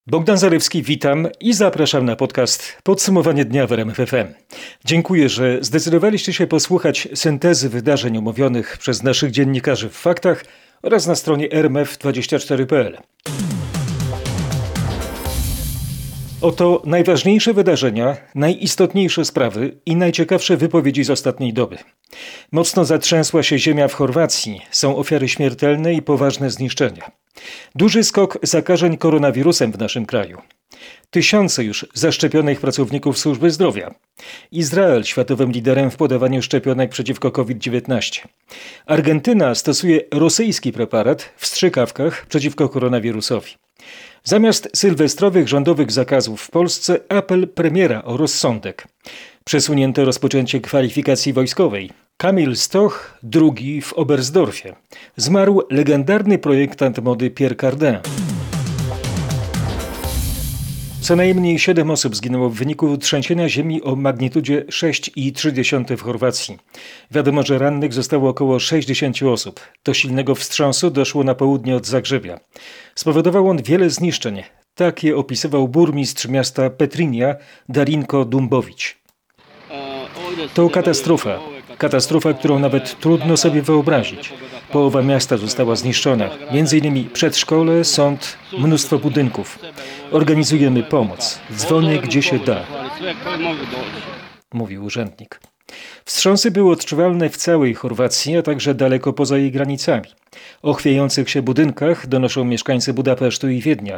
Bogdan Zalewski, witam i zapraszam na podcast Podsumowanie dnia w RMF FM. Dziękuję, że zdecydowaliście się posłuchać syntezy wydarzeń omówionych przez naszych dziennikarzy w Faktach oraz na stronie rmf24.pl. Oto najważniejsze wydarzenia, najistotniejsze sprawy i najciekawsze wypowiedzi z ostatniej doby. Mocno zatrzęsła się ziemia w Chorwacji, są ofiary śmiertelne i poważne zniszczenia. Duży skok zakażeń koronawirusem w naszym kraju. Tysiące już zaszczepionych pracowników służby zdrowia. Izrael światowym liderem w podawaniu szczepionek przeciwko COVID-19. Argentyna stosuje rosyjski preparat w strzykawkach przeciwko koronawirusowi. Zamiast sylwestrowych rządowych zakazów w Polsce apel premiera o rozsądek. Przesunięto rozpoczęcie kwalifikacji wojskowej. Kamil Stoch, drugi w Oberstdorfie. Zmarł legendarny projektant mody Pierre Cardin. Co najmniej 7 osób zginęło w wyniku trzęsienia ziemi o magnitudzie 6,3 w Chorwacji. Wiadomo, że rannych zostało około 60 osób. Do silnego wstrząsu doszło na południe od Zagrzebia. Spowodował on wiele zniszczeń. Tak je opisywał burmistrz miasta Petrinja Darinko Dumbowicz. To katastrofa. Katastrofa, którą nawet trudno sobie wyobrazić. Połowa miasta została zniszczona. Między innymi przedszkole, sąd, mnóstwo budynków. Organizujemy pomoc. Dzwonię gdzie się da, mówił urzędnik. Wstrząsy były odczuwalne w całej Chorwacji, a także daleko poza jej granicami. O chwiejących się budynkach donoszą mieszkańcy Budapesztu i Wiednia.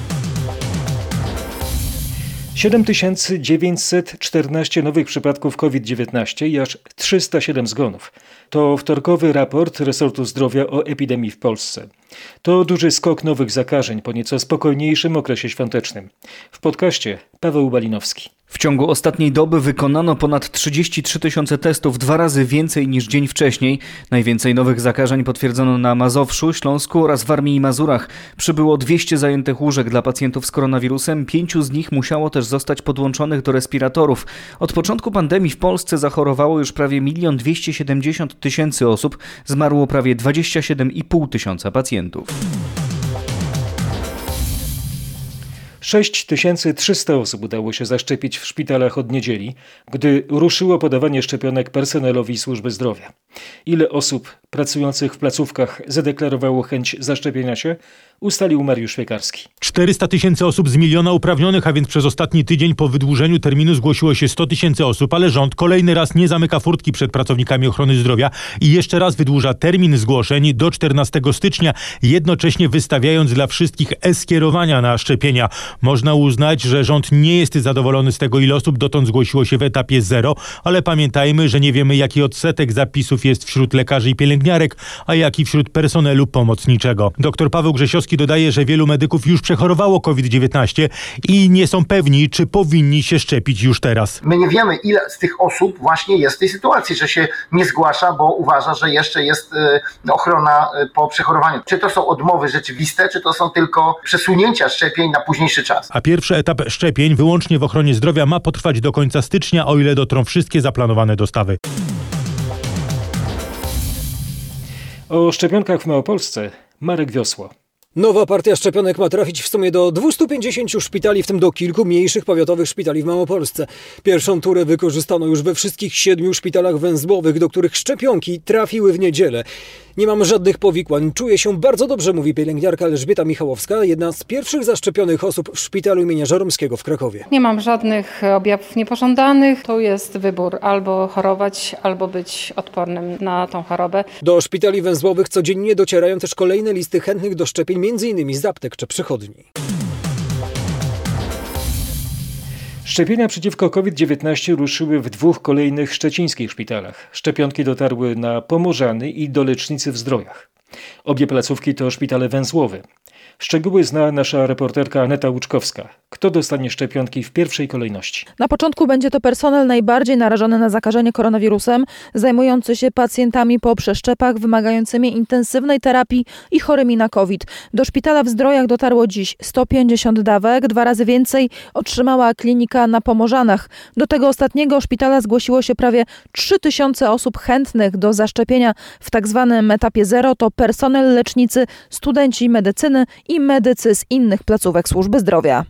7914 nowych przypadków COVID-19 i aż 307 zgonów. To wtorkowy raport resortu zdrowia o epidemii w Polsce. To duży skok nowych zakażeń po nieco spokojniejszym okresie świątecznym. W podcaście Paweł Balinowski. W ciągu ostatniej doby wykonano ponad 33 tysiące testów, 2 razy więcej niż dzień wcześniej. Najwięcej nowych zakażeń potwierdzono na Mazowszu, Śląsku oraz w Warmii i Mazurach. Przybyło 200 zajętych łóżek dla pacjentów z koronawirusem. 5 z nich musiało też zostać podłączonych do respiratorów. Od początku pandemii w Polsce zachorowało już prawie 1 270 000 osób. Zmarło prawie 27,5 tysiąca pacjentów. 6300 osób udało się zaszczepić w szpitalach od niedzieli, gdy ruszyło podawanie szczepionek personelowi służby zdrowia. Ile osób pracujących w placówkach zadeklarowało chęć zaszczepienia się, ustalił Mariusz Piekarski. 400 000 osób z miliona uprawnionych, a więc przez ostatni tydzień po wydłużeniu terminu zgłosiło się 100 000 osób, ale rząd kolejny raz nie zamyka furtki przed pracownikami ochrony zdrowia i jeszcze raz wydłuża termin zgłoszeń do 14 stycznia, jednocześnie wystawiając dla wszystkich e-skierowania na szczepienia. Można uznać, że rząd nie jest zadowolony z tego, ile osób dotąd zgłosiło się w etapie 0, ale pamiętajmy, że nie wiemy, jaki odsetek zapisów jest wśród lekarzy i pielęgniarek, a jaki wśród personelu pomocniczego. Dr Paweł Grzesiowski dodaje, że wielu medyków już przechorowało COVID-19 i nie są pewni, czy powinni się szczepić już teraz. My nie wiemy, ile z tych osób właśnie jest w tej sytuacji, że się nie zgłasza, bo uważa, że jeszcze jest ochrona po przechorowaniu. Czy to są odmowy rzeczywiste, czy to są tylko przesunięcia szczepień na późniejszy czas. A pierwszy etap szczepień wyłącznie w ochronie zdrowia ma potrwać do końca stycznia, o ile dotrą wszystkie zaplanowane dostawy. O szczepionkach w Małopolsce Marek Wiosło. Nowa partia szczepionek ma trafić w sumie do 250 szpitali, w tym do kilku mniejszych powiatowych szpitali w Małopolsce. Pierwszą turę wykorzystano już we wszystkich 7 szpitalach węzłowych, do których szczepionki trafiły w niedzielę. Nie mam żadnych powikłań. Czuję się bardzo dobrze, mówi pielęgniarka Elżbieta Michałowska, jedna z pierwszych zaszczepionych osób w szpitalu imienia Żeromskiego w Krakowie. Nie mam żadnych objawów niepożądanych. To jest wybór: albo chorować, albo być odpornym na tą chorobę. Do szpitali węzłowych codziennie docierają też kolejne listy chętnych do szczepień, m.in. z aptek czy przychodni. Szczepienia przeciwko COVID-19 ruszyły w 2 kolejnych szczecińskich szpitalach. Szczepionki dotarły na Pomorzany i do Lecznicy w Zdrojach. Obie placówki to szpitale węzłowe. Szczegóły zna nasza reporterka Aneta Łuczkowska. Kto dostanie szczepionki w pierwszej kolejności? Na początku będzie to personel najbardziej narażony na zakażenie koronawirusem, zajmujący się pacjentami po przeszczepach, wymagającymi intensywnej terapii i chorymi na COVID. Do szpitala w Zdrojach dotarło dziś 150 dawek, 2 razy więcej otrzymała klinika na Pomorzanach. Do tego ostatniego szpitala zgłosiło się prawie 3000 osób chętnych do zaszczepienia w tak zwanym etapie 0. To personel lecznicy, studenci medycyny i medycy z innych placówek służby zdrowia.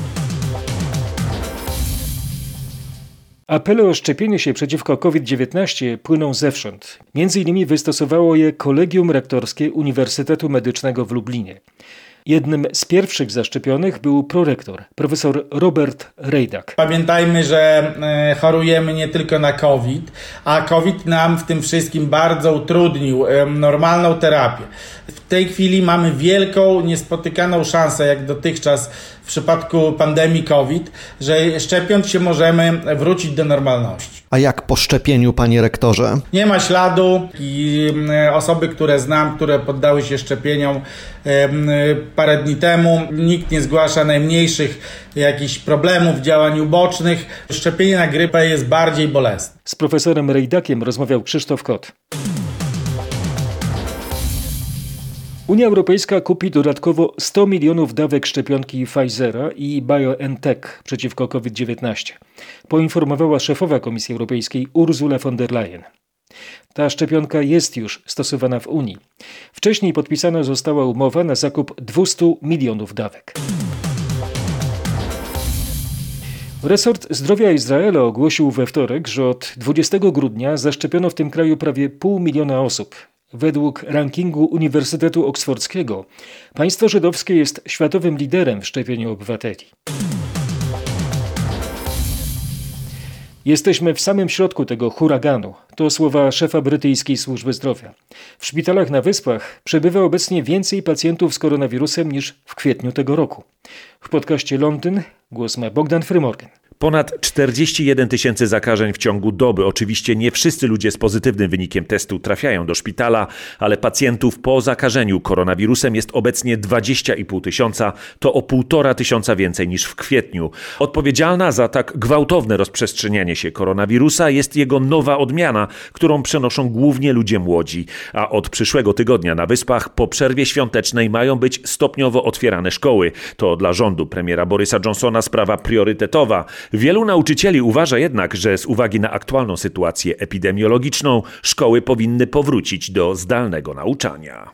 Apele o szczepienie się przeciwko COVID-19 płyną zewsząd. Między innymi wystosowało je Kolegium Rektorskie Uniwersytetu Medycznego w Lublinie. Jednym z pierwszych zaszczepionych był prorektor, profesor Robert Rejdak. Pamiętajmy, że chorujemy nie tylko na COVID, a COVID nam w tym wszystkim bardzo utrudnił normalną terapię. W tej chwili mamy wielką, niespotykaną szansę, jak dotychczas w przypadku pandemii COVID, że szczepiąc się możemy wrócić do normalności. A jak po szczepieniu, panie rektorze? Nie ma śladu i osoby, które znam, które poddały się szczepieniom parę dni temu, nikt nie zgłasza najmniejszych jakichś problemów, działań ubocznych. Szczepienie na grypę jest bardziej bolesne. Z profesorem Rejdakiem rozmawiał Krzysztof Kot. Unia Europejska kupi dodatkowo 100 milionów dawek szczepionki Pfizera i BioNTech przeciwko COVID-19, poinformowała szefowa Komisji Europejskiej Ursula von der Leyen. Ta szczepionka jest już stosowana w Unii. Wcześniej podpisana została umowa na zakup 200 milionów dawek. Resort Zdrowia Izraela ogłosił we wtorek, że od 20 grudnia zaszczepiono w tym kraju prawie 500 000 osób. Według rankingu Uniwersytetu Oksfordzkiego państwo żydowskie jest światowym liderem w szczepieniu obywateli. Jesteśmy w samym środku tego huraganu. To słowa szefa brytyjskiej służby zdrowia. W szpitalach na Wyspach przebywa obecnie więcej pacjentów z koronawirusem niż w kwietniu tego roku. W podcaście Londyn głos ma Bogdan Frymorgan. Ponad 41 000 zakażeń w ciągu doby. Oczywiście nie wszyscy ludzie z pozytywnym wynikiem testu trafiają do szpitala, ale pacjentów po zakażeniu koronawirusem jest obecnie 20,5 tysiąca. To o 1,5 tysiąca więcej niż w kwietniu. Odpowiedzialna za tak gwałtowne rozprzestrzenianie się koronawirusa jest jego nowa odmiana, którą przenoszą głównie ludzie młodzi. A od przyszłego tygodnia na Wyspach po przerwie świątecznej mają być stopniowo otwierane szkoły. To dla rządu premiera Borysa Johnsona sprawa priorytetowa. Wielu nauczycieli uważa jednak, że z uwagi na aktualną sytuację epidemiologiczną szkoły powinny powrócić do zdalnego nauczania.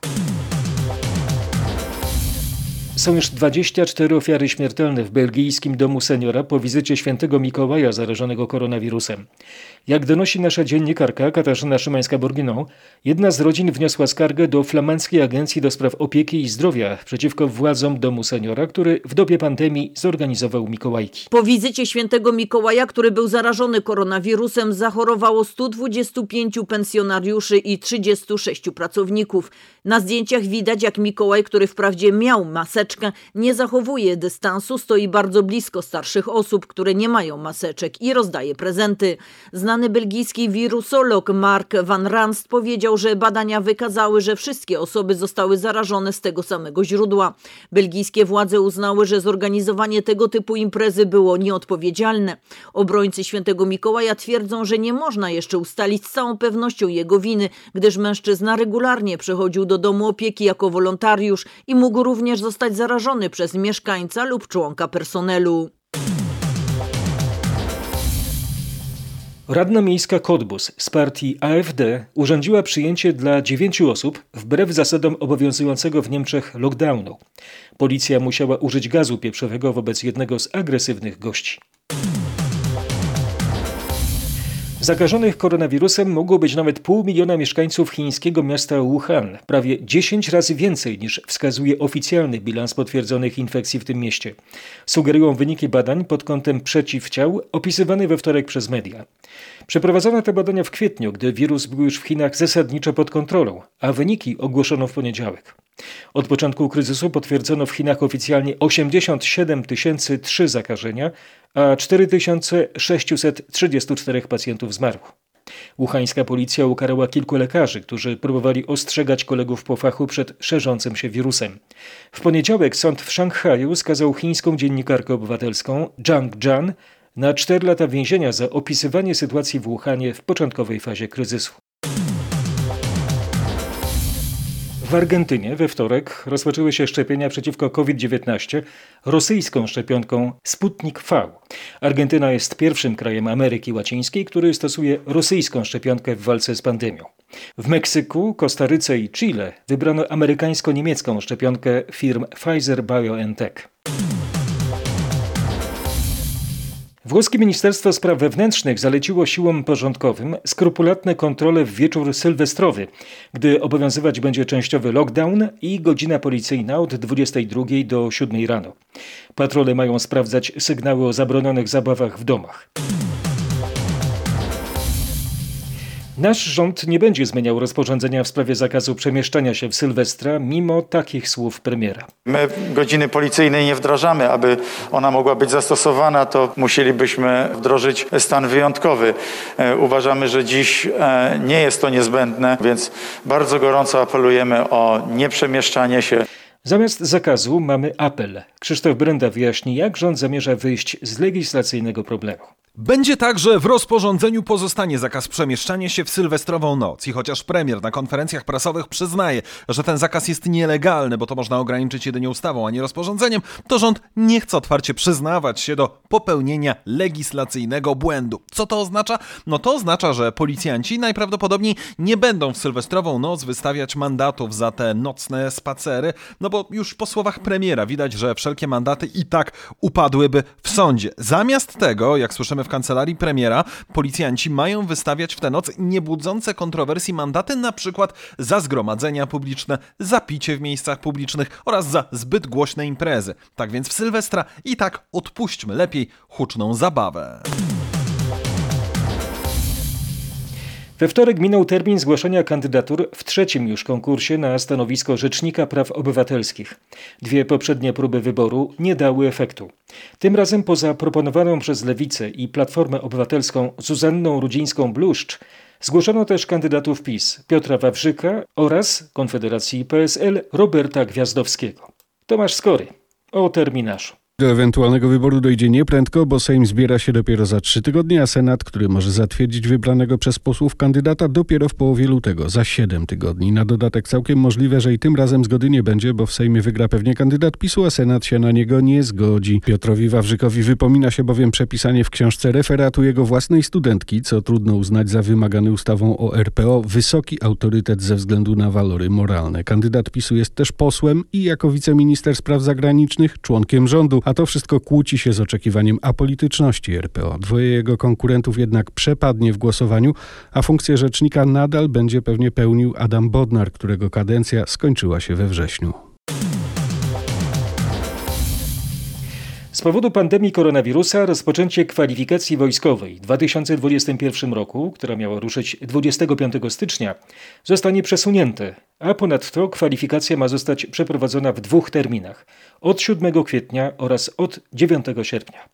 Są już 24 ofiary śmiertelne w belgijskim domu seniora po wizycie świętego Mikołaja zarażonego koronawirusem. Jak donosi nasza dziennikarka Katarzyna Szymańska-Bourguignon, jedna z rodzin wniosła skargę do Flamandzkiej Agencji do Spraw Opieki i Zdrowia przeciwko władzom domu seniora, który w dobie pandemii zorganizował Mikołajki. Po wizycie świętego Mikołaja, który był zarażony koronawirusem, zachorowało 125 pensjonariuszy i 36 pracowników. Na zdjęciach widać, jak Mikołaj, który wprawdzie miał maseczkę, nie zachowuje dystansu, stoi bardzo blisko starszych osób, które nie mają maseczek i rozdaje prezenty. Znany belgijski wirusolog Mark van Ranst powiedział, że badania wykazały, że wszystkie osoby zostały zarażone z tego samego źródła. Belgijskie władze uznały, że zorganizowanie tego typu imprezy było nieodpowiedzialne. Obrońcy świętego Mikołaja twierdzą, że nie można jeszcze ustalić z całą pewnością jego winy, gdyż mężczyzna regularnie przychodził do domu opieki jako wolontariusz i mógł również zostać zarażony przez mieszkańca lub członka personelu. Radna miejska Cottbus z partii AfD urządziła przyjęcie dla 9 osób wbrew zasadom obowiązującego w Niemczech lockdownu. Policja musiała użyć gazu pieprzowego wobec jednego z agresywnych gości. Zakażonych koronawirusem mogło być nawet 500 000 mieszkańców chińskiego miasta Wuhan, prawie 10 razy więcej niż wskazuje oficjalny bilans potwierdzonych infekcji w tym mieście. Sugerują wyniki badań pod kątem przeciwciał opisywane we wtorek przez media. Przeprowadzono te badania w kwietniu, gdy wirus był już w Chinach zasadniczo pod kontrolą, a wyniki ogłoszono w poniedziałek. Od początku kryzysu potwierdzono w Chinach oficjalnie 87 003 zakażenia, a 4634 pacjentów zmarło. Wuhańska policja ukarała kilku lekarzy, którzy próbowali ostrzegać kolegów po fachu przed szerzącym się wirusem. W poniedziałek sąd w Szanghaju skazał chińską dziennikarkę obywatelską Zhang Jian na 4 lata więzienia za opisywanie sytuacji w Wuhanie w początkowej fazie kryzysu. W Argentynie we wtorek rozpoczęły się szczepienia przeciwko COVID-19 rosyjską szczepionką Sputnik V. Argentyna jest pierwszym krajem Ameryki Łacińskiej, który stosuje rosyjską szczepionkę w walce z pandemią. W Meksyku, Kostaryce i Chile wybrano amerykańsko-niemiecką szczepionkę firm Pfizer-BioNTech. Włoskie Ministerstwo Spraw Wewnętrznych zaleciło siłom porządkowym skrupulatne kontrole w wieczór sylwestrowy, gdy obowiązywać będzie częściowy lockdown i godzina policyjna od 22 do 7 rano. Patrole mają sprawdzać sygnały o zabronionych zabawach w domach. Nasz rząd nie będzie zmieniał rozporządzenia w sprawie zakazu przemieszczania się w Sylwestra, mimo takich słów premiera. My godziny policyjnej nie wdrażamy. Aby ona mogła być zastosowana, to musielibyśmy wdrożyć stan wyjątkowy. Uważamy, że dziś nie jest to niezbędne, więc bardzo gorąco apelujemy o nieprzemieszczanie się. Zamiast zakazu mamy apel. Krzysztof Brenda wyjaśni, jak rząd zamierza wyjść z legislacyjnego problemu. Będzie tak, że w rozporządzeniu pozostanie zakaz przemieszczania się w sylwestrową noc i chociaż premier na konferencjach prasowych przyznaje, że ten zakaz jest nielegalny, bo to można ograniczyć jedynie ustawą, a nie rozporządzeniem, to rząd nie chce otwarcie przyznawać się do popełnienia legislacyjnego błędu. Co to oznacza? No to oznacza, że policjanci najprawdopodobniej nie będą w sylwestrową noc wystawiać mandatów za te nocne spacery, no bo już po słowach premiera widać, że wszelkie mandaty i tak upadłyby w sądzie. Zamiast tego, jak słyszymy w kancelarii premiera, policjanci mają wystawiać w tę noc niebudzące kontrowersji mandaty, na przykład za zgromadzenia publiczne, za picie w miejscach publicznych oraz za zbyt głośne imprezy. Tak więc w Sylwestra i tak odpuśćmy lepiej huczną zabawę. We wtorek minął termin zgłaszania kandydatur w trzecim już konkursie na stanowisko Rzecznika Praw Obywatelskich. 2 poprzednie próby wyboru nie dały efektu. Tym razem poza proponowaną przez Lewicę i Platformę Obywatelską Zuzanną Rudzińską-Bluszcz zgłoszono też kandydatów PiS Piotra Wawrzyka oraz Konfederacji PSL Roberta Gwiazdowskiego. Tomasz Skory o terminarzu. Do ewentualnego wyboru dojdzie nieprędko, bo Sejm zbiera się dopiero za 3 tygodnie, a Senat, który może zatwierdzić wybranego przez posłów kandydata, dopiero w połowie lutego, za 7 tygodni. Na dodatek całkiem możliwe, że i tym razem zgody nie będzie, bo w Sejmie wygra pewnie kandydat PiS-u, a Senat się na niego nie zgodzi. Piotrowi Wawrzykowi wypomina się bowiem przepisanie w książce referatu jego własnej studentki, co trudno uznać za wymagany ustawą o RPO wysoki autorytet ze względu na walory moralne. Kandydat PiS-u jest też posłem i jako wiceminister spraw zagranicznych członkiem rządu. A to wszystko kłóci się z oczekiwaniem apolityczności RPO. 2 jego konkurentów jednak przepadnie w głosowaniu, a funkcję rzecznika nadal będzie pewnie pełnił Adam Bodnar, którego kadencja skończyła się we wrześniu. Z powodu pandemii koronawirusa rozpoczęcie kwalifikacji wojskowej w 2021 roku, która miała ruszyć 25 stycznia, zostanie przesunięte, a ponadto kwalifikacja ma zostać przeprowadzona w 2 terminach, od 7 kwietnia oraz od 9 sierpnia.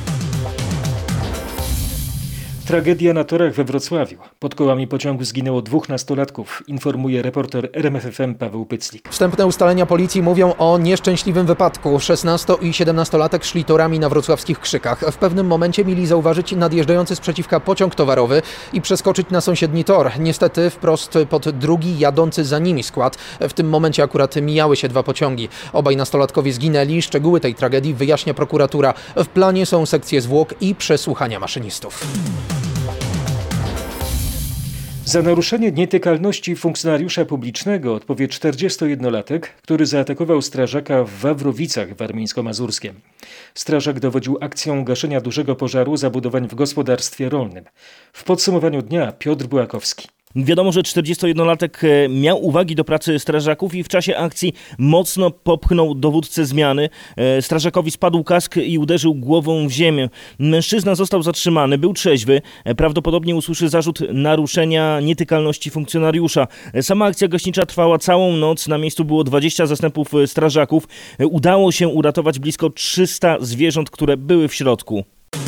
Tragedia na torach we Wrocławiu. Pod kołami pociągu zginęło 2 nastolatków, informuje reporter RMFFM Paweł Pyclik. Wstępne ustalenia policji mówią o nieszczęśliwym wypadku. 16- i 17-latek szli torami na wrocławskich Krzykach. W pewnym momencie mieli zauważyć nadjeżdżający z przeciwka pociąg towarowy i przeskoczyć na sąsiedni tor. Niestety wprost pod drugi jadący za nimi skład. W tym momencie akurat mijały się 2 pociągi. Obaj nastolatkowie zginęli. Szczegóły tej tragedii wyjaśnia prokuratura. W planie są sekcje zwłok i przesłuchania maszynistów. Za naruszenie nietykalności funkcjonariusza publicznego odpowie 41-latek, który zaatakował strażaka w Wawrowicach warmińsko-mazurskiem. Strażak dowodził akcją gaszenia dużego pożaru zabudowań w gospodarstwie rolnym. W podsumowaniu dnia Piotr Bułakowski. Wiadomo, że 41-latek miał uwagi do pracy strażaków i w czasie akcji mocno popchnął dowódcę zmiany. Strażakowi spadł kask i uderzył głową w ziemię. Mężczyzna został zatrzymany, był trzeźwy. Prawdopodobnie usłyszy zarzut naruszenia nietykalności funkcjonariusza. Sama akcja gaśnicza trwała całą noc. Na miejscu było 20 zastępów strażaków. Udało się uratować blisko 300 zwierząt, które były w środku.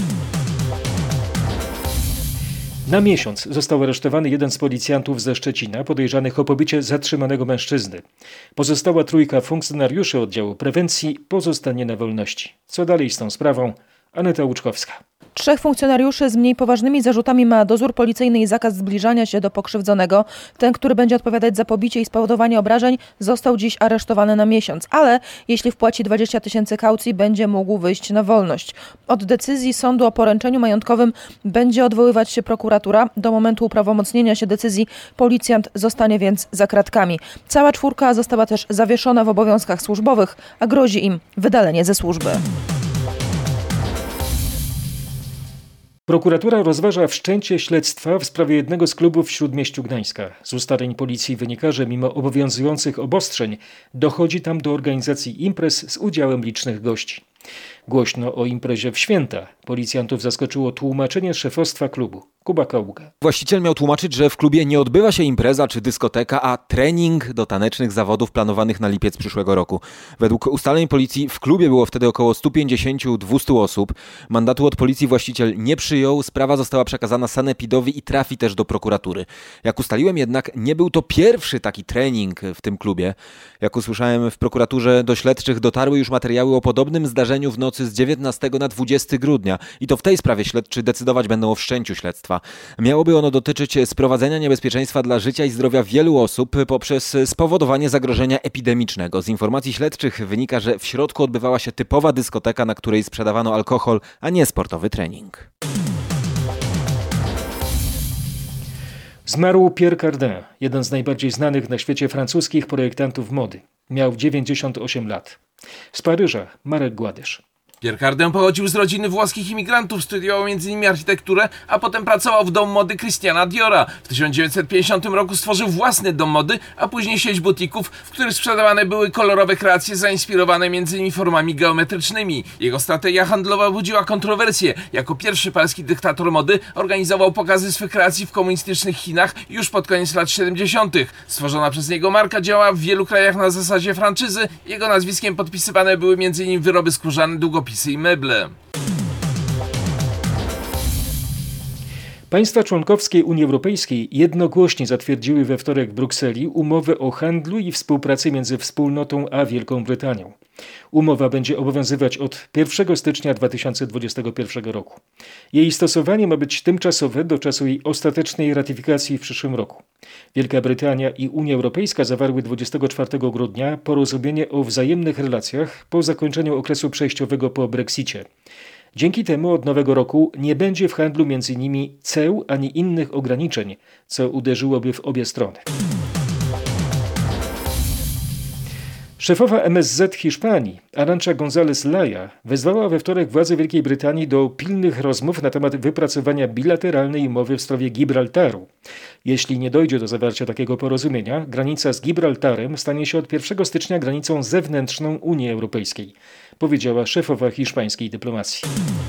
Na miesiąc został aresztowany jeden z policjantów ze Szczecina podejrzanych o pobicie zatrzymanego mężczyzny. Pozostała 3 funkcjonariuszy oddziału prewencji pozostanie na wolności. Co dalej z tą sprawą? Aneta Łuczkowska. 3 funkcjonariuszy z mniej poważnymi zarzutami ma dozór policyjny i zakaz zbliżania się do pokrzywdzonego. Ten, który będzie odpowiadać za pobicie i spowodowanie obrażeń, został dziś aresztowany na miesiąc, ale jeśli wpłaci 20 000 kaucji, będzie mógł wyjść na wolność. Od decyzji sądu o poręczeniu majątkowym będzie odwoływać się prokuratura. Do momentu uprawomocnienia się decyzji policjant zostanie więc za kratkami. Cała 4 została też zawieszona w obowiązkach służbowych, a grozi im wydalenie ze służby. Prokuratura rozważa wszczęcie śledztwa w sprawie jednego z klubów w Śródmieściu Gdańska. Z ustaleń policji wynika, że mimo obowiązujących obostrzeń dochodzi tam do organizacji imprez z udziałem licznych gości. Głośno o imprezie w święta. Policjantów zaskoczyło tłumaczenie szefostwa klubu. Kuba Kaługa. Właściciel miał tłumaczyć, że w klubie nie odbywa się impreza czy dyskoteka, a trening do tanecznych zawodów planowanych na lipiec przyszłego roku. Według ustaleń policji w klubie było wtedy około 150-200 osób. Mandatu od policji właściciel nie przyjął, sprawa została przekazana sanepidowi i trafi też do prokuratury. Jak ustaliłem jednak, nie był to pierwszy taki trening w tym klubie. Jak usłyszałem w prokuraturze, do śledczych dotarły już materiały o podobnym zdarzeniu w nocy z 19 na 20 grudnia i to w tej sprawie śledczy decydować będą o wszczęciu śledztwa. Miałoby ono dotyczyć sprowadzenia niebezpieczeństwa dla życia i zdrowia wielu osób poprzez spowodowanie zagrożenia epidemicznego. Z informacji śledczych wynika, że w środku odbywała się typowa dyskoteka, na której sprzedawano alkohol, a nie sportowy trening. Zmarł Pierre Cardin, jeden z najbardziej znanych na świecie francuskich projektantów mody. Miał 98 lat. Z Paryża Marek Gładysz. Pierre Cardin pochodził z rodziny włoskich imigrantów, studiował m.in. architekturę, a potem pracował w domu mody Christiana Diora. W 1950 roku stworzył własny dom mody, a później sieć butików, w których sprzedawane były kolorowe kreacje zainspirowane m.in. formami geometrycznymi. Jego strategia handlowa budziła kontrowersje. Jako pierwszy paryski dyktator mody organizował pokazy swych kreacji w komunistycznych Chinach już pod koniec lat 70. Stworzona przez niego marka działała w wielu krajach na zasadzie franczyzy. Jego nazwiskiem podpisywane były m.in. wyroby skórzane, długopisy i meble. Państwa członkowskie Unii Europejskiej jednogłośnie zatwierdziły we wtorek w Brukseli umowę o handlu i współpracy między Wspólnotą a Wielką Brytanią. Umowa będzie obowiązywać od 1 stycznia 2021 roku. Jej stosowanie ma być tymczasowe do czasu jej ostatecznej ratyfikacji w przyszłym roku. Wielka Brytania i Unia Europejska zawarły 24 grudnia porozumienie o wzajemnych relacjach po zakończeniu okresu przejściowego po Brexicie. Dzięki temu od nowego roku nie będzie w handlu między nimi ceł ani innych ograniczeń, co uderzyłoby w obie strony. Szefowa MSZ Hiszpanii, Arantxa González Laya, wezwała we wtorek władze Wielkiej Brytanii do pilnych rozmów na temat wypracowania bilateralnej umowy w sprawie Gibraltaru. Jeśli nie dojdzie do zawarcia takiego porozumienia, granica z Gibraltarem stanie się od 1 stycznia granicą zewnętrzną Unii Europejskiej, powiedziała szefowa hiszpańskiej dyplomacji.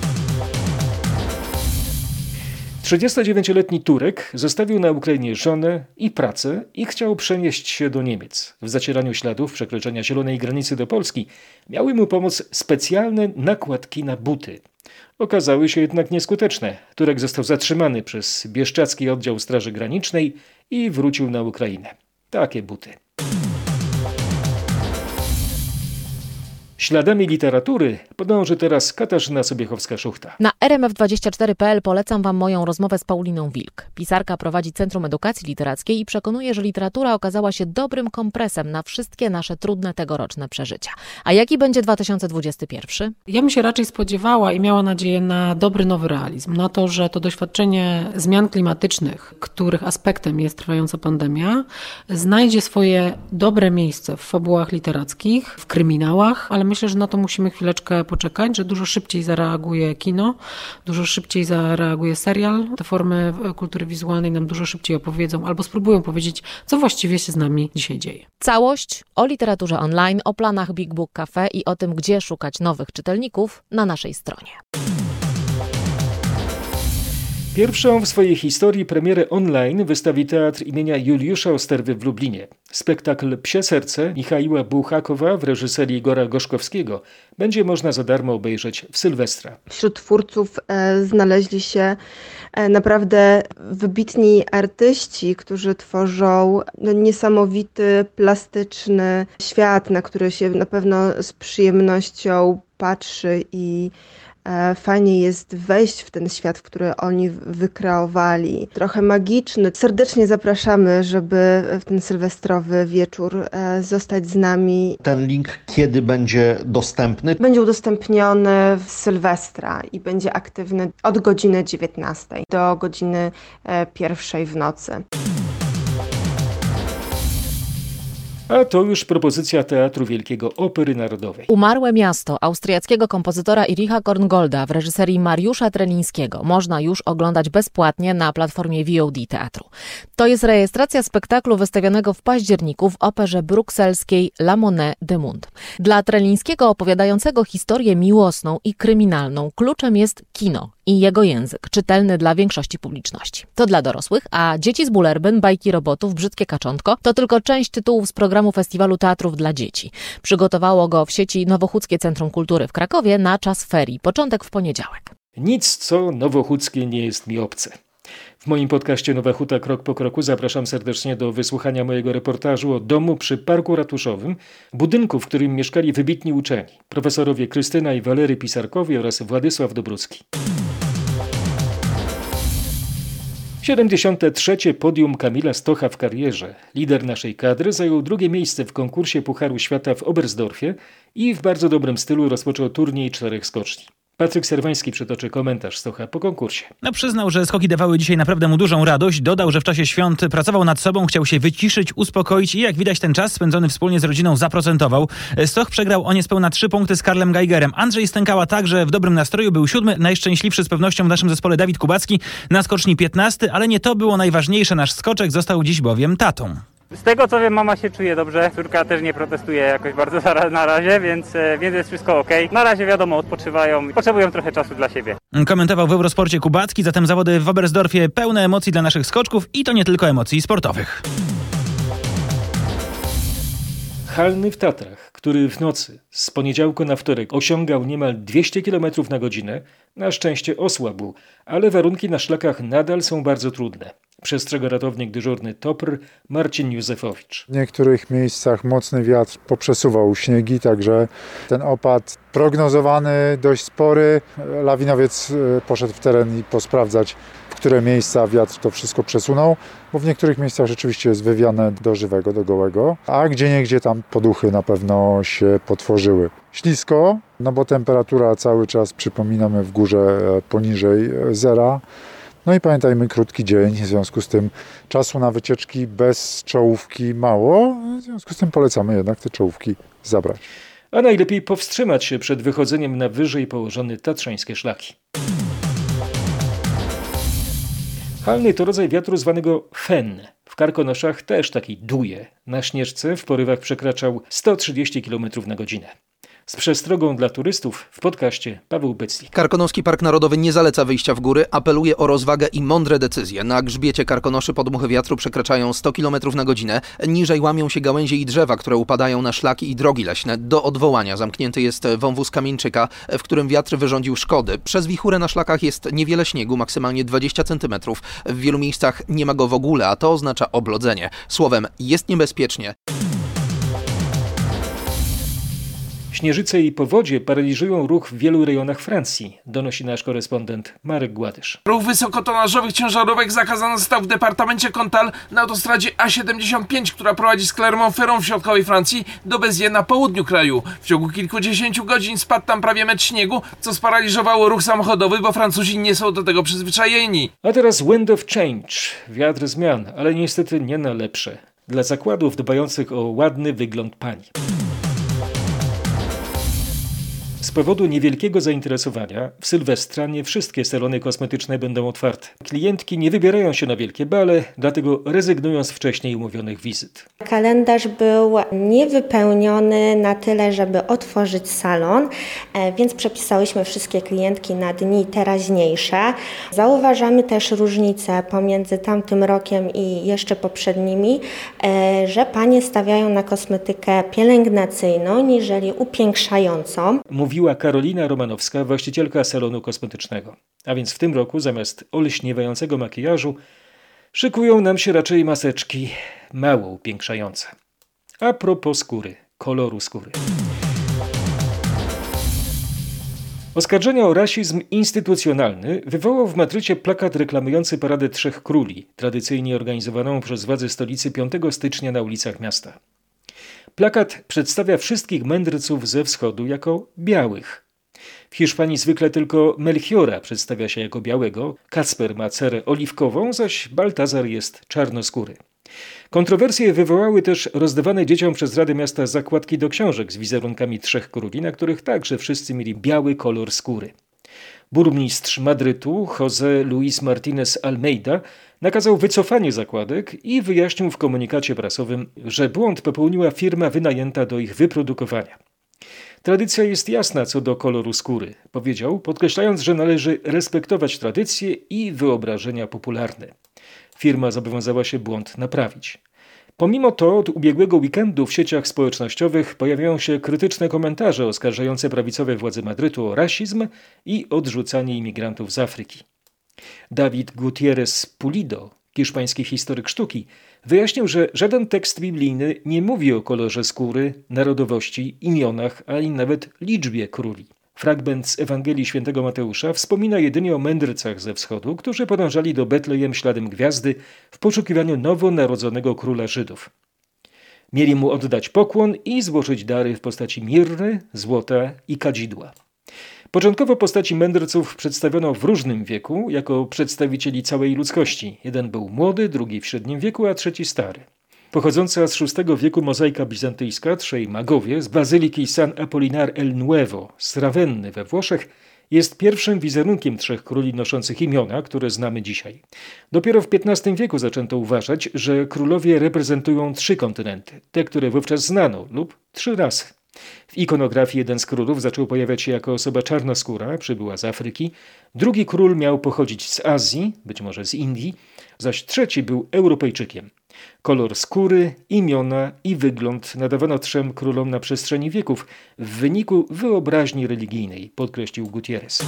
39-letni Turek zostawił na Ukrainie żonę i pracę i chciał przenieść się do Niemiec. W zacieraniu śladów przekroczenia zielonej granicy do Polski miały mu pomóc specjalne nakładki na buty. Okazały się jednak nieskuteczne. Turek został zatrzymany przez bieszczacki oddział Straży Granicznej i wrócił na Ukrainę. Takie buty. Śladami literatury podąży teraz Katarzyna Sobiechowska-Szuchta. Na RMF24.pl polecam Wam moją rozmowę z Pauliną Wilk. Pisarka prowadzi Centrum Edukacji Literackiej i przekonuje, że literatura okazała się dobrym kompresem na wszystkie nasze trudne tegoroczne przeżycia. A jaki będzie 2021? Ja bym się raczej spodziewała i miała nadzieję na dobry nowy realizm, na to, że to doświadczenie zmian klimatycznych, których aspektem jest trwająca pandemia, znajdzie swoje dobre miejsce w fabułach literackich, w kryminałach, ale myślę, że na to musimy chwileczkę poczekać, że dużo szybciej zareaguje kino, dużo szybciej zareaguje serial. Te formy kultury wizualnej nam dużo szybciej opowiedzą albo spróbują powiedzieć, co właściwie się z nami dzisiaj dzieje. Całość o literaturze online, o planach Big Book Cafe i o tym, gdzie szukać nowych czytelników na naszej stronie. Pierwszą w swojej historii premierę online wystawi Teatr imienia Juliusza Osterwy w Lublinie. Spektakl Psie serce Michaiła Bułhakowa w reżyserii Igora Gorzkowskiego będzie można za darmo obejrzeć w Sylwestra. Wśród twórców znaleźli się naprawdę wybitni artyści, którzy tworzą niesamowity, plastyczny świat, na który się na pewno z przyjemnością patrzy i Fajnie jest wejść w ten świat, który oni wykreowali. Trochę magiczny. Serdecznie zapraszamy, żeby w ten sylwestrowy wieczór zostać z nami. Ten link kiedy będzie dostępny? Będzie udostępniony w Sylwestra i będzie aktywny od godziny 19 do godziny 1 w nocy. A to już propozycja Teatru Wielkiego Opery Narodowej. Umarłe miasto austriackiego kompozytora Iricha Korngolda w reżyserii Mariusza Trelińskiego można już oglądać bezpłatnie na platformie VOD Teatru. To jest rejestracja spektaklu wystawionego w październiku w operze brukselskiej La Monnaie de Monde. Dla Trelińskiego opowiadającego historię miłosną i kryminalną kluczem jest kino i jego język, czytelny dla większości publiczności. To dla dorosłych, a Dzieci z Bullerbyn, Bajki robotów, Brzydkie kaczątko to tylko część tytułów z programu Festiwalu Teatrów dla Dzieci. Przygotowało go w sieci Nowochódzkie Centrum Kultury w Krakowie na czas ferii, początek w poniedziałek. Nic, co nowochódzkie, nie jest mi obce. W moim podcaście Nowa Huta Krok po kroku zapraszam serdecznie do wysłuchania mojego reportażu o domu przy Parku Ratuszowym, budynku, w którym mieszkali wybitni uczeni, profesorowie Krystyna i Walery Pisarkowie oraz Władysław Dobrucki. 73. podium Kamila Stocha w karierze. Lider naszej kadry zajął drugie miejsce w konkursie Pucharu Świata w Oberstdorfie i w bardzo dobrym stylu rozpoczął turniej 4 skoczni. Patryk Serwański przytoczy komentarz Stocha po konkursie. Przyznał, że skoki dawały dzisiaj naprawdę mu dużą radość. Dodał, że w czasie świąt pracował nad sobą, chciał się wyciszyć, uspokoić i jak widać ten czas spędzony wspólnie z rodziną zaprocentował. Stoch przegrał o niespełna 3 punkty z Karlem Geigerem. Andrzej Stękała także w dobrym nastroju, był 7. Najszczęśliwszy z pewnością w naszym zespole Dawid Kubacki, na skoczni 15, ale nie to było najważniejsze. Nasz skoczek został dziś bowiem tatą. Z tego co wiem, mama się czuje dobrze, córka też nie protestuje jakoś bardzo na razie, więc jest wszystko okej. Na razie wiadomo, odpoczywają i potrzebują trochę czasu dla siebie. Komentował w Eurosporcie Kubacki, zatem zawody w Oberstdorfie pełne emocji dla naszych skoczków i to nie tylko emocji sportowych. Halny w Tatrach, który w nocy z poniedziałku na wtorek osiągał niemal 200 km na godzinę, na szczęście osłabł, ale warunki na szlakach nadal są bardzo trudne. Przestrzega ratownik dyżurny TOPR Marcin Józefowicz. W niektórych miejscach mocny wiatr poprzesuwał śniegi, także ten opad prognozowany dość spory. Lawinowiec poszedł w teren i posprawdzać, w które miejsca wiatr to wszystko przesunął, bo w niektórych miejscach rzeczywiście jest wywiane do żywego, do gołego, a gdzieniegdzie tam poduchy na pewno się potworzyły. Ślisko, no bo temperatura cały czas, przypominamy, w górze poniżej zera. No i pamiętajmy, krótki dzień, w związku z tym czasu na wycieczki bez czołówki mało, w związku z tym polecamy jednak te czołówki zabrać. A najlepiej powstrzymać się przed wychodzeniem na wyżej położone tatrzańskie szlaki. Halny to rodzaj wiatru zwanego fen. W Karkonoszach też taki duje. Na Śnieżce w porywach przekraczał 130 km na godzinę. Z przestrogą dla turystów w podcaście Paweł Beclik. Karkonoski Park Narodowy nie zaleca wyjścia w góry, apeluje o rozwagę i mądre decyzje. Na grzbiecie Karkonoszy podmuchy wiatru przekraczają 100 km na godzinę. Niżej łamią się gałęzie i drzewa, które upadają na szlaki i drogi leśne. Do odwołania zamknięty jest wąwóz Kamieńczyka, w którym wiatr wyrządził szkody. Przez wichurę na szlakach jest niewiele śniegu, maksymalnie 20 cm. W wielu miejscach nie ma go w ogóle, a to oznacza oblodzenie. Słowem, jest niebezpiecznie. Śnieżyce i powodzie paraliżują ruch w wielu rejonach Francji, donosi nasz korespondent Marek Gładysz. Ruch wysokotonażowych ciężarówek zakazany został w departamencie Cantal na autostradzie A75, która prowadzi z Clermont-Ferrand w środkowej Francji do Béziers na południu kraju. W ciągu kilkudziesięciu godzin spadł tam prawie metr śniegu, co sparaliżowało ruch samochodowy, bo Francuzi nie są do tego przyzwyczajeni. A teraz wind of change, wiatr zmian, ale niestety nie na lepsze. Dla zakładów dbających o ładny wygląd pań. Z powodu niewielkiego zainteresowania w Sylwestra nie wszystkie salony kosmetyczne będą otwarte. Klientki nie wybierają się na wielkie bale, dlatego rezygnują z wcześniej umówionych wizyt. Kalendarz był niewypełniony na tyle, żeby otworzyć salon, więc przepisałyśmy wszystkie klientki na dni teraźniejsze. Zauważamy też różnicę pomiędzy tamtym rokiem i jeszcze poprzednimi, że panie stawiają na kosmetykę pielęgnacyjną niżeli upiększającą. Mówiła Karolina Romanowska, właścicielka salonu kosmetycznego. A więc w tym roku zamiast olśniewającego makijażu szykują nam się raczej maseczki mało upiększające. A propos skóry, koloru skóry. Oskarżenia o rasizm instytucjonalny wywołał w Madrycie plakat reklamujący Paradę Trzech Króli, tradycyjnie organizowaną przez władze stolicy 5 stycznia na ulicach miasta. Plakat przedstawia wszystkich mędrców ze wschodu jako białych. W Hiszpanii zwykle tylko Melchiora przedstawia się jako białego, Kacper ma cerę oliwkową, zaś Baltazar jest czarnoskóry. Kontrowersje wywołały też rozdawane dzieciom przez Radę Miasta zakładki do książek z wizerunkami Trzech Króli, na których także wszyscy mieli biały kolor skóry. Burmistrz Madrytu José Luis Martínez Almeida nakazał wycofanie zakładek i wyjaśnił w komunikacie prasowym, że błąd popełniła firma wynajęta do ich wyprodukowania. Tradycja jest jasna co do koloru skóry, powiedział, podkreślając, że należy respektować tradycje i wyobrażenia popularne. Firma zobowiązała się błąd naprawić. Pomimo to od ubiegłego weekendu w sieciach społecznościowych pojawiają się krytyczne komentarze oskarżające prawicowe władze Madrytu o rasizm i odrzucanie imigrantów z Afryki. David Gutiérrez Pulido, hiszpański historyk sztuki, wyjaśnił, że żaden tekst biblijny nie mówi o kolorze skóry, narodowości, imionach, ani nawet liczbie króli. Fragment z Ewangelii Świętego Mateusza wspomina jedynie o mędrcach ze wschodu, którzy podążali do Betlejem śladem gwiazdy w poszukiwaniu nowonarodzonego króla Żydów. Mieli mu oddać pokłon i złożyć dary w postaci mirry, złota i kadzidła. Początkowo postaci mędrców przedstawiono w różnym wieku jako przedstawicieli całej ludzkości. Jeden był młody, drugi w średnim wieku, a trzeci stary. Pochodząca z VI wieku mozaika bizantyjska, trzej magowie z bazyliki San Apolinar el Nuevo z Ravenny we Włoszech jest pierwszym wizerunkiem Trzech Króli noszących imiona, które znamy dzisiaj. Dopiero w XV wieku zaczęto uważać, że królowie reprezentują 3 kontynenty, te, które wówczas znano, lub 3 rasy. W ikonografii jeden z królów zaczął pojawiać się jako osoba czarnoskóra, przybyła z Afryki, drugi król miał pochodzić z Azji, być może z Indii, zaś trzeci był Europejczykiem. Kolor skóry, imiona i wygląd nadawano 3 królom na przestrzeni wieków w wyniku wyobraźni religijnej, podkreślił Gutierrez.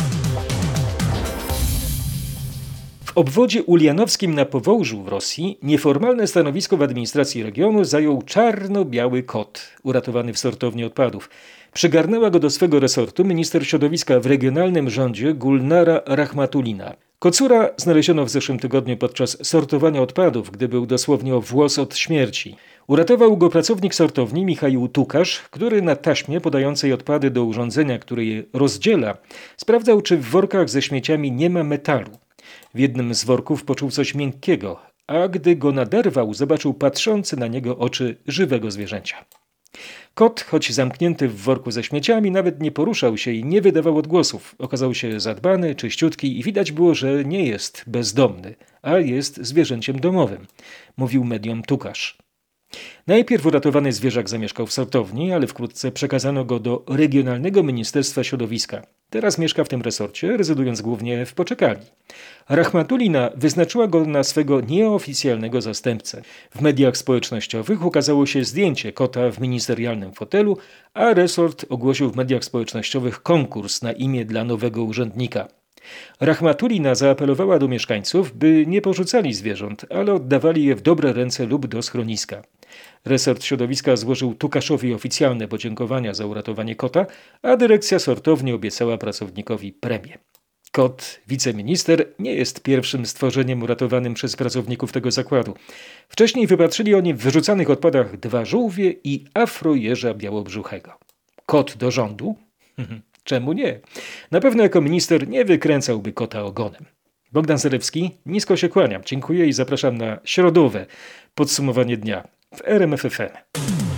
W obwodzie ulianowskim na Powołżu w Rosji nieformalne stanowisko w administracji regionu zajął czarno-biały kot, uratowany w sortowni odpadów. Przygarnęła go do swego resortu minister środowiska w regionalnym rządzie Gulnara Rahmatulina. Kocura znaleziono w zeszłym tygodniu podczas sortowania odpadów, gdy był dosłownie o włos od śmierci. Uratował go pracownik sortowni Michał Tukasz, który na taśmie podającej odpady do urządzenia, które je rozdziela, sprawdzał, czy w workach ze śmieciami nie ma metalu. W jednym z worków poczuł coś miękkiego, a gdy go naderwał, zobaczył patrzące na niego oczy żywego zwierzęcia. Kot, choć zamknięty w worku ze śmieciami, nawet nie poruszał się i nie wydawał odgłosów. Okazał się zadbany, czyściutki i widać było, że nie jest bezdomny, a jest zwierzęciem domowym, mówił mediom Tukasz. Najpierw uratowany zwierzak zamieszkał w sortowni, ale wkrótce przekazano go do Regionalnego Ministerstwa Środowiska. Teraz mieszka w tym resorcie, rezydując głównie w poczekalni. Rahmatulina wyznaczyła go na swego nieoficjalnego zastępcę. W mediach społecznościowych ukazało się zdjęcie kota w ministerialnym fotelu, a resort ogłosił w mediach społecznościowych konkurs na imię dla nowego urzędnika. Rahmatulina zaapelowała do mieszkańców, by nie porzucali zwierząt, ale oddawali je w dobre ręce lub do schroniska. Resort środowiska złożył Tukaszowi oficjalne podziękowania za uratowanie kota, a dyrekcja sortowni obiecała pracownikowi premię. Kot, wiceminister, nie jest pierwszym stworzeniem uratowanym przez pracowników tego zakładu. Wcześniej wypatrzyli oni w wyrzucanych odpadach 2 żółwie i afrojeża białobrzuchego. Kot do rządu? Czemu nie? Na pewno jako minister nie wykręcałby kota ogonem. Bogdan Zalewski, nisko się kłaniam, dziękuję i zapraszam na środowe podsumowanie dnia w RMF FM.